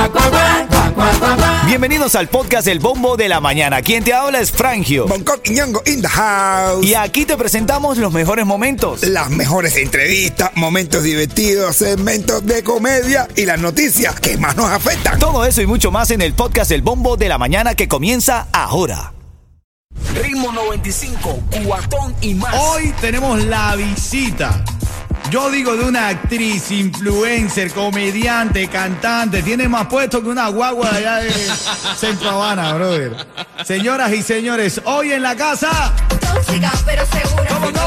Bienvenidos al podcast El Bombo de la Mañana. Quien te habla es Frangio. Bonco y Ñongo in the house. Y aquí te presentamos los mejores momentos. Las mejores entrevistas, momentos divertidos, segmentos de comedia y las noticias que más nos afectan. Todo eso y mucho más en el podcast El Bombo de la Mañana que comienza ahora. Ritmo 95, Cubatón y más. Hoy tenemos la visita. Yo digo de una actriz, influencer, comediante, cantante. Tiene más puestos que una guagua de allá de Centro Habana, brother. Señoras y señores, hoy en la casa. Tóxica, pero segura.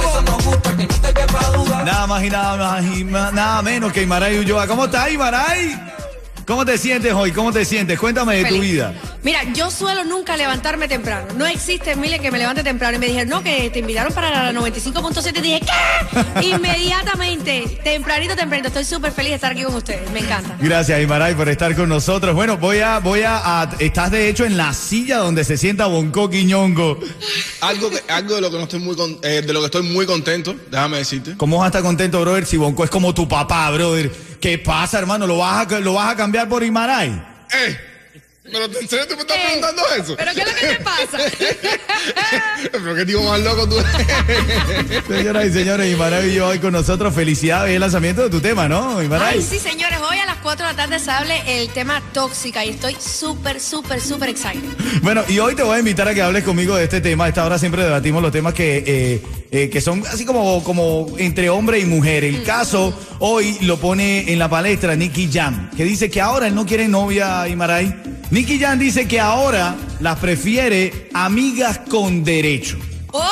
Nada más y nada menos que Imaray Ulloa. ¿Cómo estás, Imaray? ¿Cómo te sientes hoy? ¿Cómo te sientes? Cuéntame de tu vida. Mira, yo suelo nunca levantarme temprano. No existe, Mile, que me levante temprano. Y me dijeron, no, que te invitaron para la 95.7. Y dije, ¿qué? Inmediatamente, tempranito. Estoy súper feliz de estar aquí con ustedes. Me encanta. Gracias, Imaray, por estar con nosotros. Bueno, estás de hecho en la silla donde se sienta Bonco Quiñongo. Algo de lo que no estoy de lo que estoy muy contento, déjame decirte. ¿Cómo vas a estar contento, brother, si Bonco es como tu papá, brother? ¿Qué pasa, hermano? ¿Lo vas a cambiar por Imaray? ¿Pero en serio tú me estás preguntando eso? ¿Pero qué es lo que te pasa? ¿Pero qué tipo más loco tú eres? Señoras y señores, Imaray y yo hoy con nosotros. Felicidades en el lanzamiento de tu tema, ¿no, Imaray? Ay, sí, señores. Hoy a las 4 de la tarde se hable el tema tóxica y estoy súper excited. Bueno, y hoy te voy a invitar a que hables conmigo de este tema. A esta hora siempre debatimos los temas que son así como entre hombre y mujer. El caso hoy lo pone en la palestra Nicky Jam, que dice que ahora él no quiere novia, Imaray. Nicky Jam dice que ahora las prefiere amigas con derecho. ¡Oh!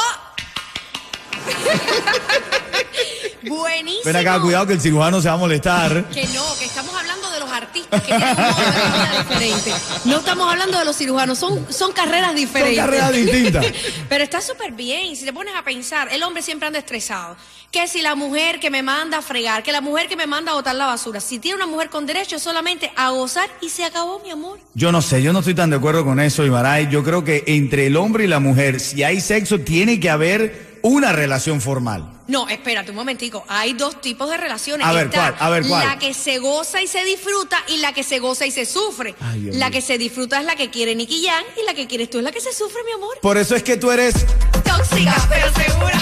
Buenísimo. Ven acá, cuidado que el cirujano se va a molestar. Que estamos hablando de los artistas que tienen un modo de vida diferente. No estamos hablando de los cirujanos, son carreras diferentes. Son carreras distintas. Pero está súper bien, si te pones a pensar, el hombre siempre anda estresado. Que si la mujer que me manda a fregar, que la mujer que me manda a botar la basura. Si tiene una mujer con derecho es solamente a gozar y se acabó, mi amor. Yo no sé, yo no estoy tan de acuerdo con eso, Imaray. Yo creo que entre el hombre y la mujer, si hay sexo, tiene que haber una relación formal. No, espérate un momentico. Hay dos tipos de relaciones. A ver, ¿cuál? La que se goza y se disfruta y la que se goza y se sufre. Ay, la que se disfruta es la que quiere Nicky Jam y la que quieres tú es la que se sufre, mi amor. Por eso es que tú eres tóxica, pero segura.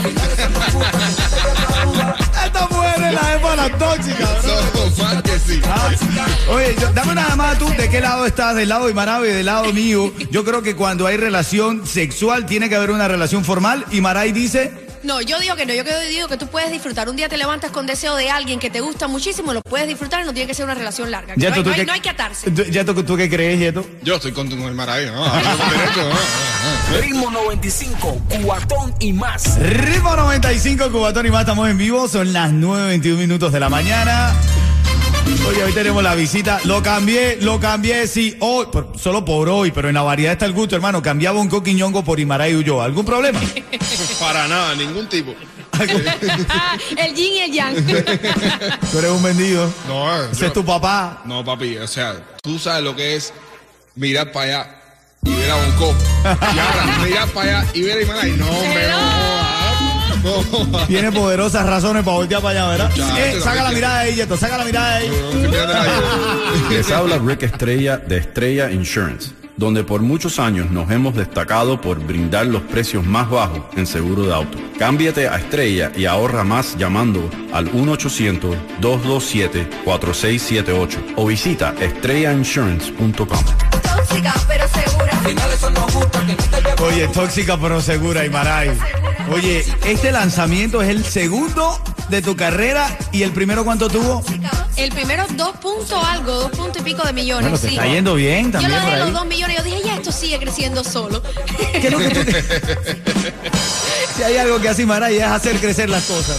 Esta mujer es la jefa de la tóxica, No, que sí. Oye, dame nada más tú, ¿de qué lado estás? ¿Del lado de Imaray, del lado mío? Yo creo que cuando hay relación sexual tiene que haber una relación formal. Imaray dice... No, yo digo que no, yo digo que tú puedes disfrutar. Un día te levantas con deseo de alguien que te gusta muchísimo, lo puedes disfrutar y no tiene que ser una relación larga. No hay que atarse. ¿Tú qué crees, Yeto? Yo estoy con el Maravilla, ¿no? Ritmo 95, Cubatón y más. Ritmo 95, Cubatón y más, estamos en vivo, son las 9:21 de la mañana. Oye, hoy tenemos la visita, lo cambié, sí, hoy, solo por hoy, pero en la variedad está el gusto, hermano. Cambiaba un Quiñongo por Imaray Ulloa. ¿Algún problema? Para nada, ningún tipo. El yin y el yang. Tú eres un vendido. No, ese es tu papá. No, papi, o sea, tú sabes lo que es mirar para allá y ver a Bonco. Y ahora mirar para allá y ver a Imaray. No, hombre, no. Tiene poderosas razones para voltear para allá, ¿verdad? Saca la mirada de ahí, Yeto, saca la mirada de ahí. Les habla Rick Estrella de Estrella Insurance, donde por muchos años nos hemos destacado por brindar los precios más bajos en seguro de auto. Cámbiate a Estrella y ahorra más llamando al 1-800-227-4678 o visita estrellainsurance.com. Tóxica, pero segura. Oye, tóxica pero segura, Imaray. Oye, este lanzamiento es el segundo de tu carrera y el primero, ¿cuánto tuvo? El primero 2 y pico de millones. Bueno, te sí. está yendo bien también. Yo lo por dejé ahí. los 2 millones. Yo dije, ya esto sigue creciendo solo. ¿Qué es lo que tú Si hay algo que hace Imaray es hacer crecer las cosas.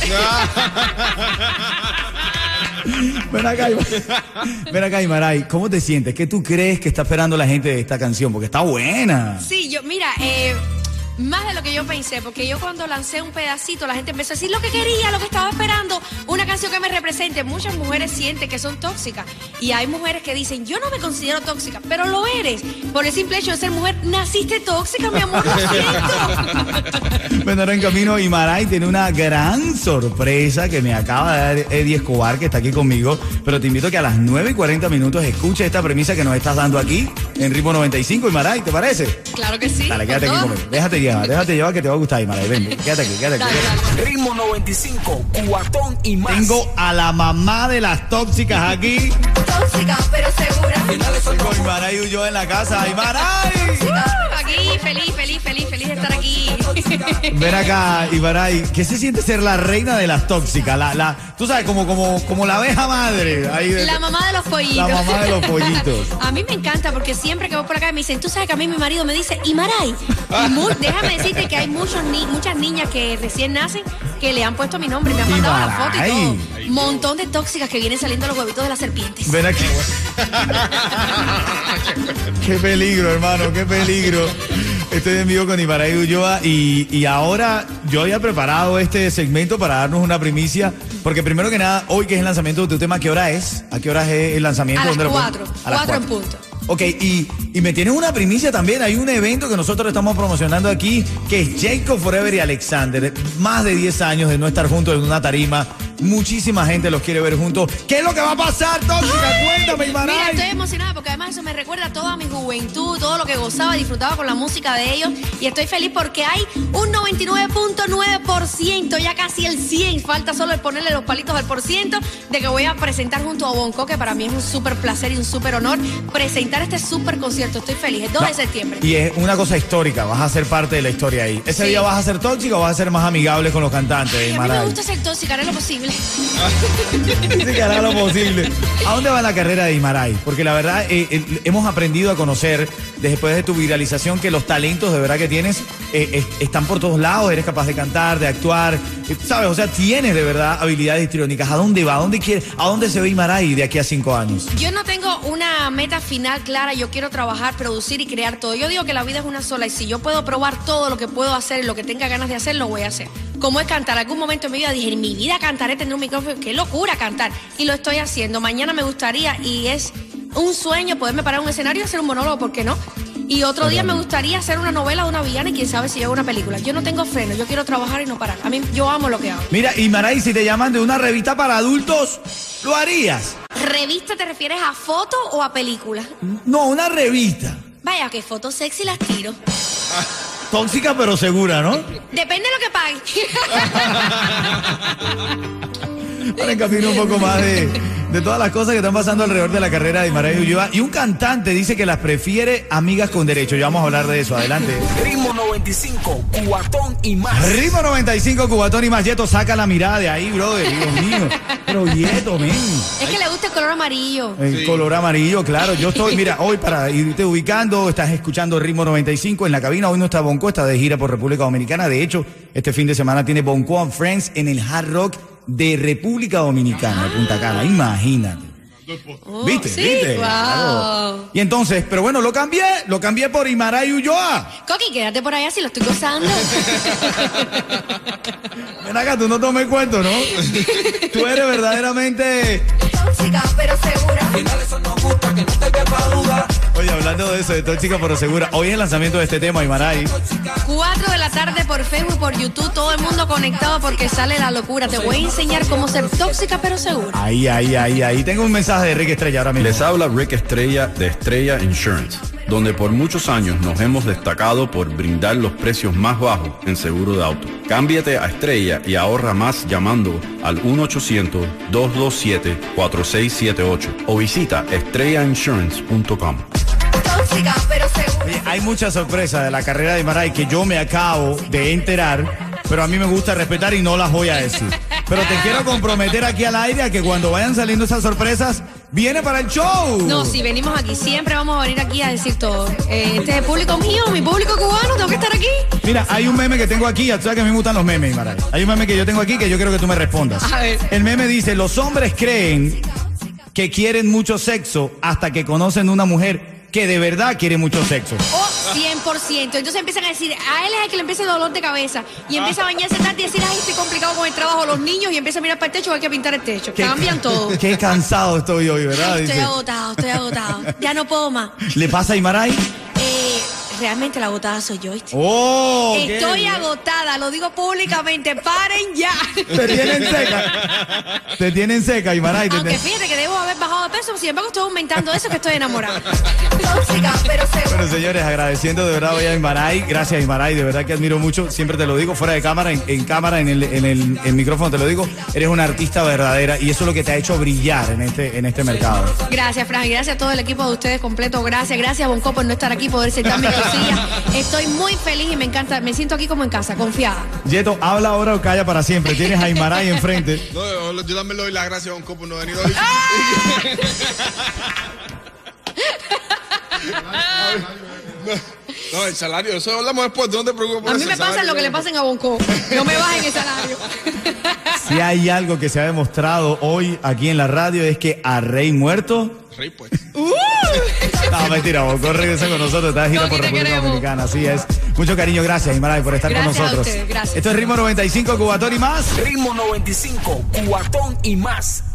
Ven acá, Imaray, ¿cómo te sientes? ¿Qué tú crees que está esperando la gente de esta canción? Porque está buena. Sí, mira, Más de lo que yo pensé, porque yo cuando lancé un pedacito, la gente empezó a decir lo que quería, lo que estaba esperando, una canción que me represente. Muchas mujeres sienten que son tóxicas y hay mujeres que dicen, yo no me considero tóxica, pero lo eres. Por el simple hecho de ser mujer, naciste tóxica, mi amor, lo siento. Bueno, ahora en camino, Imaray tiene una gran sorpresa que me acaba de dar Eddie Escobar, que está aquí conmigo, pero te invito a que a las 9:40 escuche esta premisa que nos estás dando aquí en Ritmo 95, Imaray, ¿te parece? Claro que sí. Dale, quédate aquí conmigo. Déjate llevar que te va a gustar, Imaray. Ven, quédate aquí. Dale. Ritmo 95, cuatón y más. Tengo a la mamá de las tóxicas aquí. Tóxica, pero segura. Tengo a Imaray Ulloa en la casa. ¡Imaray! Aquí, feliz de estar aquí. Ven acá, Imaray, ¿qué se siente ser la reina de las tóxicas? Tú sabes, como la abeja madre. La mamá de los pollitos. La mamá de los pollitos. A mí me encanta porque siempre que voy por acá me dicen, tú sabes que a mí mi marido me dice, Imaray. Déjame decirte que hay muchas niñas que recién nacen que le han puesto mi nombre, me han mandado la foto y todo. Montón de tóxicas que vienen saliendo los huevitos de las serpientes. Ven aquí. Qué peligro, hermano, qué peligro. Estoy en vivo con Imaray Ulloa y ahora yo había preparado este segmento para darnos una primicia, porque primero que nada, hoy que es el lanzamiento de tu tema, ¿a qué hora es? ¿A qué hora es el lanzamiento? A las 4, 4 en punto. Ok, y me tienes una primicia también. Hay un evento que nosotros estamos promocionando aquí, que es Jacob Forever y Alexander. Más de 10 años de no estar juntos en una tarima. Muchísima gente los quiere ver juntos. ¿Qué es lo que va a pasar, tóxica? Cuéntame, Imaray. Mira, estoy emocionada porque además eso me recuerda a toda mi juventud, todo lo que gozaba y disfrutaba con la música de ellos. Y estoy feliz porque hay un 99.9%, ya casi el 100%. Falta solo el ponerle los palitos al % de que voy a presentar junto a Bonco, que para mí es un súper placer y un súper honor presentar este súper concierto. Estoy feliz, el 2 de septiembre. Y es una cosa histórica, vas a ser parte de la historia ahí. ¿Ese día vas a ser tóxica o vas a ser más amigable con los cantantes, Imaray? A mí me gusta ser tóxica, haré lo posible. Dice que hará lo posible. ¿A dónde va la carrera de Imaray? Porque la verdad hemos aprendido a conocer después de tu viralización que los talentos de verdad que tienes están por todos lados. Eres capaz de cantar, de actuar, ¿sabes? O sea, tienes de verdad habilidades histriónicas. ¿A dónde va? ¿A dónde se ve Imaray de aquí a 5 años? Yo no tengo una meta final clara. Yo quiero trabajar, producir y crear todo. Yo digo que la vida es una sola y si yo puedo probar todo lo que puedo hacer y lo que tenga ganas de hacer, lo voy a hacer. Como es cantar. Algún momento en mi vida dije, en mi vida cantaré, tener un micrófono. Qué locura cantar. Y lo estoy haciendo. Mañana me gustaría, y es un sueño, poderme parar en un escenario y hacer un monólogo, ¿por qué no? Y otro día me gustaría hacer una novela de una villana y quién sabe si hago una película. Yo no tengo freno, yo quiero trabajar y no parar. A mí, yo amo lo que hago. Mira, Imaray, si te llaman de una revista para adultos, ¿lo harías? ¿Revista te refieres a foto o a película? No, una revista. Vaya, que fotos sexy las tiro. Tóxica pero segura, ¿no? Depende de lo que pague. Ahora en camino un poco más de todas las cosas que están pasando alrededor de la carrera de Imaray Ulloa. Y un cantante dice que las prefiere amigas con derecho. Ya vamos a hablar de eso. Adelante. Ritmo 95, cuatón y más. Ritmo 95, cubatón y más. Yeto, saca la mirada de ahí, brother. Dios mío. Pero Yeto, men. Es que le gusta el color amarillo. El color amarillo, claro. Yo estoy, mira, hoy para irte ubicando, estás escuchando Ritmo 95 en la cabina. Hoy no está Bonco, está de gira por República Dominicana. De hecho, este fin de semana tiene Bonco and Friends en el Hard Rock de República Dominicana, de Punta Cana. Imagínate. ¿Viste? Sí, ¿Viste? wow. Claro. Y entonces, pero bueno, lo cambié por Imaray Ulloa. Coqui, quédate por allá si lo estoy gozando. Ven acá, tú no tomes cuento, ¿no? Tú eres verdaderamente Tóxica, pero segura. Oye, hablando de eso, de tóxica pero segura, hoy es el lanzamiento de este tema, Imaray. 4 de la tarde por Facebook, por YouTube, todo el mundo conectado porque sale la locura. Te voy a enseñar cómo ser tóxica pero segura. Ahí. Tengo un mensaje de Rick Estrella ahora mismo. Les habla Rick Estrella de Estrella Insurance, donde por muchos años nos hemos destacado por brindar los precios más bajos en seguro de auto. Cámbiate a Estrella y ahorra más llamando al 1-800-227-4678 o visita estrellainsurance.com. Tóxica pero segura. Oye, hay muchas sorpresas de la carrera de Imaray que yo me acabo de enterar, pero a mí me gusta respetar y no las voy a decir. Pero te quiero comprometer aquí al aire a que cuando vayan saliendo esas sorpresas, viene para el show. No, si venimos aquí, siempre vamos a venir aquí a decir todo. Este es el público mío, mi público cubano, tengo que estar aquí. Mira, hay un meme que tengo aquí, ya tú sabes que a mí me gustan los memes, Imaray. Hay un meme que yo tengo aquí que yo quiero que tú me respondas. A ver. El meme dice, los hombres creen que quieren mucho sexo hasta que conocen una mujer que de verdad quiere mucho sexo. Oh, 100%. Entonces empiezan a decir, a él es el que le empieza el dolor de cabeza. Y empieza a bañarse tarde y decir, ay, estoy complicado con el trabajo, los niños, y empieza a mirar para el techo, hay que pintar el techo. Cambian todo. Qué cansado estoy hoy, ¿verdad? Ay, Dice. estoy agotado. Ya no puedo más. ¿Le pasa a Imaray? Realmente la agotada soy yo, ¿viste? ¡Oh! Estoy agotada, lo digo públicamente, paren ya. Te tienen seca, Imaray. Aunque fíjate que debo haber bajado de peso, sin embargo estoy aumentando eso, que estoy enamorada. Tóxica, pero segura. Bueno, señores, agradeciendo de verdad hoy a Imaray. Gracias, Imaray, de verdad que admiro mucho. Siempre te lo digo, fuera de cámara, en cámara, en el micrófono te lo digo. Eres una artista verdadera y eso es lo que te ha hecho brillar en este mercado. Gracias, Fran, y gracias a todo el equipo de ustedes completo. Gracias, Bonco, por no estar aquí, poder sentarme en tu silla. Estoy muy feliz y me encanta, me siento aquí como en casa, confiada. Yeto, habla ahora o calla para siempre. Tienes a Imaray enfrente. No, yo también le doy las gracias a un copo no venir hoy. No, el salario, eso hablamos después, no te preocupes por A eso. mí me pasa lo que le pasen a Bonco. No me bajen el salario. Si hay algo que se ha demostrado hoy aquí en la radio es que a Rey muerto... Rey, pues. No, mentira, Bonco regresa con nosotros, está de gira por República Dominicana, así es. Mucho cariño, gracias, Imaray, por estar Gracias con nosotros. a ustedes, gracias. Esto es Ritmo 95, Cubatón y más. Ritmo 95, Cubatón y más.